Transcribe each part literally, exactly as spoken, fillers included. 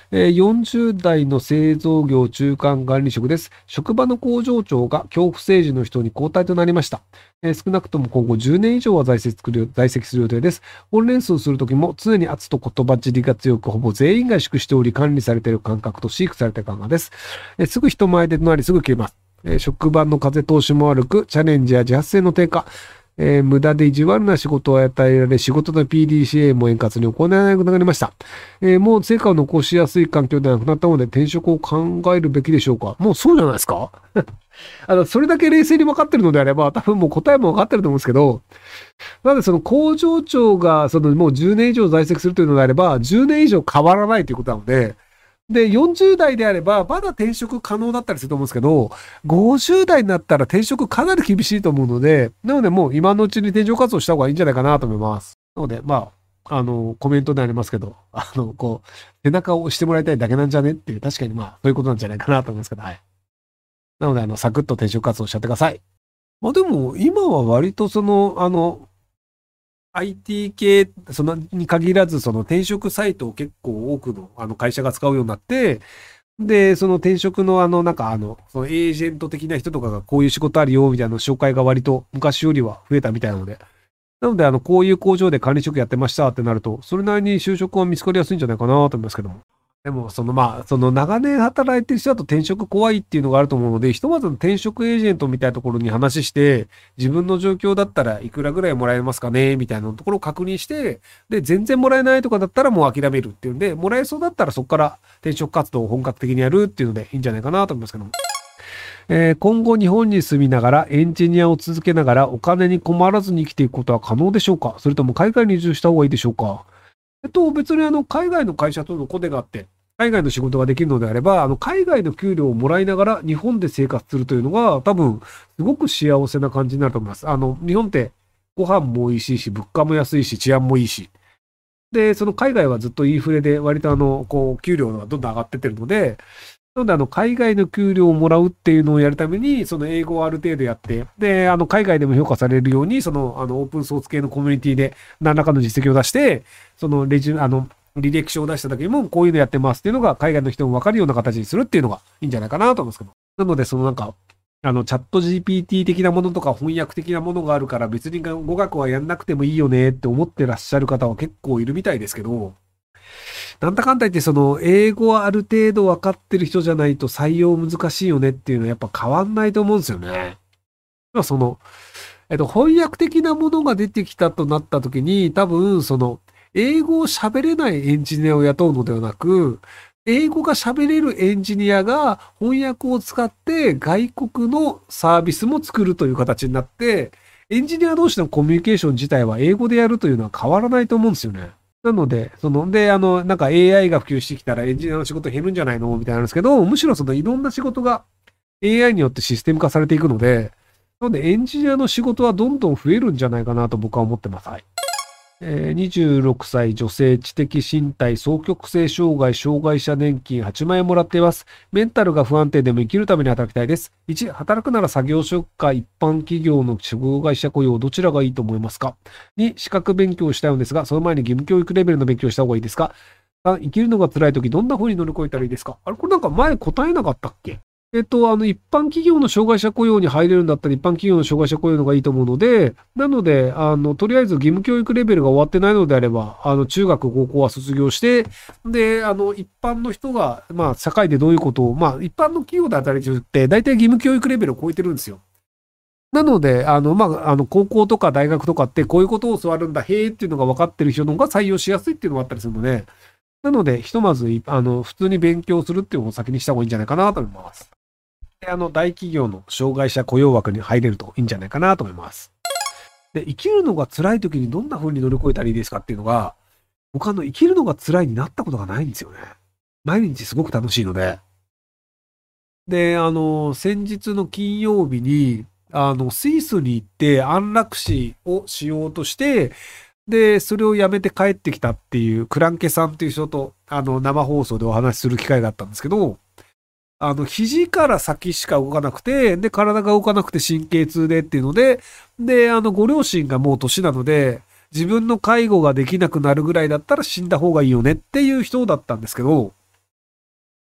えーよんじゅう代の製造業中間管理職です。職場の工場長が恐怖政治の人に交代となりました。えー少なくとも今後じゅうねん以上は在籍する在籍する予定です。本連数するときも常に圧と言葉尻が強く、ほぼ全員が萎縮しており管理されている感覚と飼育されている感がです。えーすぐ人前でなりすぐ消えます。えー職場の風通しも悪く、チャレンジや自発性の低下、えー無駄で意地悪な仕事を与えられ、仕事の ピーディーシーエー も円滑に行えなくなりました。えーもう成果を残しやすい環境ではなくなったので、転職を考えるべきでしょうか。もうそうじゃないですか。あの、それだけ冷静に分かってるのであれば、多分もう答えも分かってると思うんですけど、なのでその工場長がそのもうじゅうねん以上在籍するというのであれば、じゅうねん以上変わらないということなので、で、よんじゅう代であれば、まだ転職可能だったりすると思うんですけど、ごじゅう代になったら転職かなり厳しいと思うので、なのでもう今のうちに転職活動した方がいいんじゃないかなと思います。なので、まあ、あの、コメントでありますけど、あの、こう、背中を押してもらいたいだけなんじゃねっていう、確かにまあ、そういうことなんじゃないかなと思いますけど、はい。なので、あの、サクッと転職活動しちゃってください。まあでも、今は割とその、あの、アイティー 系、そのに限らず、その転職サイトを結構多くのあの会社が使うようになって、で、その転職のあの、なんかあの、そのエージェント的な人とかがこういう仕事あるよ、みたいなの紹介が割と昔よりは増えたみたいなので。なので、あの、こういう工場で管理職やってましたってなると、それなりに就職は見つかりやすいんじゃないかなと思いますけども。でも、そのまあ、その長年働いてる人だと転職怖いっていうのがあると思うので、ひとまず転職エージェントみたいなところに話して、自分の状況だったらいくらぐらいもらえますかねみたいなところを確認して、で、全然もらえないとかだったらもう諦めるっていうんで、もらえそうだったらそこから転職活動を本格的にやるっていうのでいいんじゃないかなと思いますけども。えー今後日本に住みながらエンジニアを続けながらお金に困らずに生きていくことは可能でしょうか？それとも海外に移住した方がいいでしょうか？えっと、別にあの、海外の会社とのコネがあって、海外の仕事ができるのであれば、あの、海外の給料をもらいながら日本で生活するというのが、多分、すごく幸せな感じになると思います。あの、日本ってご飯も美味しいし、物価も安いし、治安もいいし。で、その海外はずっとインフレで割とあの、こう、給料がどんどん上がってってるので、なので、あの、海外の給料をもらうっていうのをやるために、その英語をある程度やって、で、あの、海外でも評価されるように、その、あの、オープンソース系のコミュニティで何らかの実績を出して、その、レジュ、あの、履歴書を出した時にも、こういうのやってますっていうのが、海外の人も分かるような形にするっていうのがいいんじゃないかなと思うんですけど。なので、そのなんか、あの、チャット ジーピーティー 的なものとか翻訳的なものがあるから、別に語学はやんなくてもいいよねって思ってらっしゃる方は結構いるみたいですけど、なんだかんだ言って、その、英語はある程度分かってる人じゃないと採用難しいよねっていうのはやっぱ変わんないと思うんですよね。まあその、えっと、翻訳的なものが出てきたとなった時に、多分、その、英語を喋れないエンジニアを雇うのではなく、英語が喋れるエンジニアが翻訳を使って外国のサービスも作るという形になって、エンジニア同士のコミュニケーション自体は英語でやるというのは変わらないと思うんですよね。なので、その、で、あの、なんか エーアイ が普及してきたらエンジニアの仕事減るんじゃないのみたいなんですけど、むしろそのいろんな仕事が エーアイ によってシステム化されていくので、なのでエンジニアの仕事はどんどん増えるんじゃないかなと僕は思ってます。はい。えーにじゅうろくさい女性知的身体双極性障害障害者年金はちまん円もらっています。メンタルが不安定でも生きるために働きたいです。いち、働くなら作業職か一般企業の障害者雇用どちらがいいと思いますか？ に、資格勉強をしたいのですが、その前に義務教育レベルの勉強をした方がいいですか？さん、生きるのが辛い時どんな風に乗り越えたらいいですか？あれ、これなんか前答えなかったっけ？えっと、あの、一般企業の障害者雇用に入れるんだったら一般企業の障害者雇用の方がいいと思うので、なので、あの、とりあえず義務教育レベルが終わってないのであれば、あの、中学、高校は卒業して、で、あの、一般の人が、まあ、社会でどういうことを、まあ、一般の企業で働いてるって、大体義務教育レベルを超えてるんですよ。なので、あの、まあ、あの、高校とか大学とかってこういうことを教わるんだ、へーっていうのが分かってる人の方が採用しやすいっていうのがあったりするので、なので、ひとまず、あの、普通に勉強するっていうのを先にした方がいいんじゃないかなと思います。であの、大企業の障害者雇用枠に入れるといいんじゃないかなと思います。で、生きるのが辛い時にどんな風に乗り越えたらいいですかっていうのが、僕あの、生きるのが辛いになったことがないんですよね。毎日すごく楽しいので。で、あの、先日の金曜日に、あの、スイスに行って安楽死をしようとして、で、それをやめて帰ってきたっていう、クランケさんっていう人と、あの、生放送でお話しする機会があったんですけど、あの、肘から先しか動かなくて、で、体が動かなくて神経痛でっていうので、で、あの、ご両親がもう年なので、自分の介護ができなくなるぐらいだったら死んだ方がいいよねっていう人だったんですけど、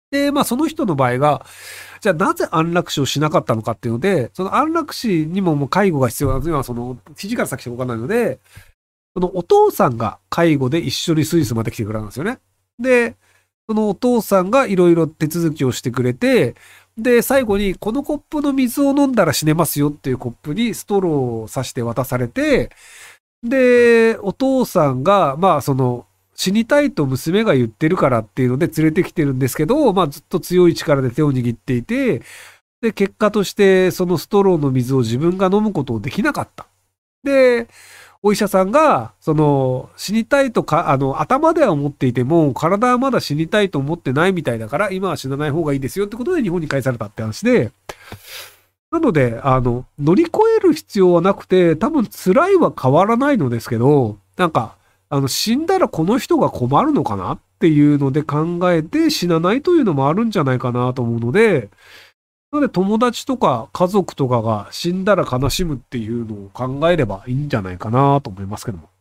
で、まあその人の場合が、じゃあなぜ安楽死をしなかったのかっていうので、その安楽死にももう介護が必要なのは、その、肘から先しか動かないので、そのお父さんが介護で一緒にスイスまで来てくれたんですよね。で、そのお父さんがいろいろ手続きをしてくれて、で、最後にこのコップの水を飲んだら死ねますよっていうコップにストローを刺して渡されて、で、お父さんが、まあその、死にたいと娘が言ってるからっていうので連れてきてるんですけど、まあずっと強い力で手を握っていて、で、結果としてそのストローの水を自分が飲むことをできなかった。で、お医者さんが、その、死にたいとか、あの、頭では思っていても、体はまだ死にたいと思ってないみたいだから、今は死なない方がいいですよってことで日本に帰されたって話で、なので、あの、乗り越える必要はなくて、多分辛いは変わらないのですけど、なんか、あの、死んだらこの人が困るのかなっていうので考えて死なないというのもあるんじゃないかなと思うので、なので友達とか家族とかが死んだら悲しむっていうのを考えればいいんじゃないかなと思いますけども。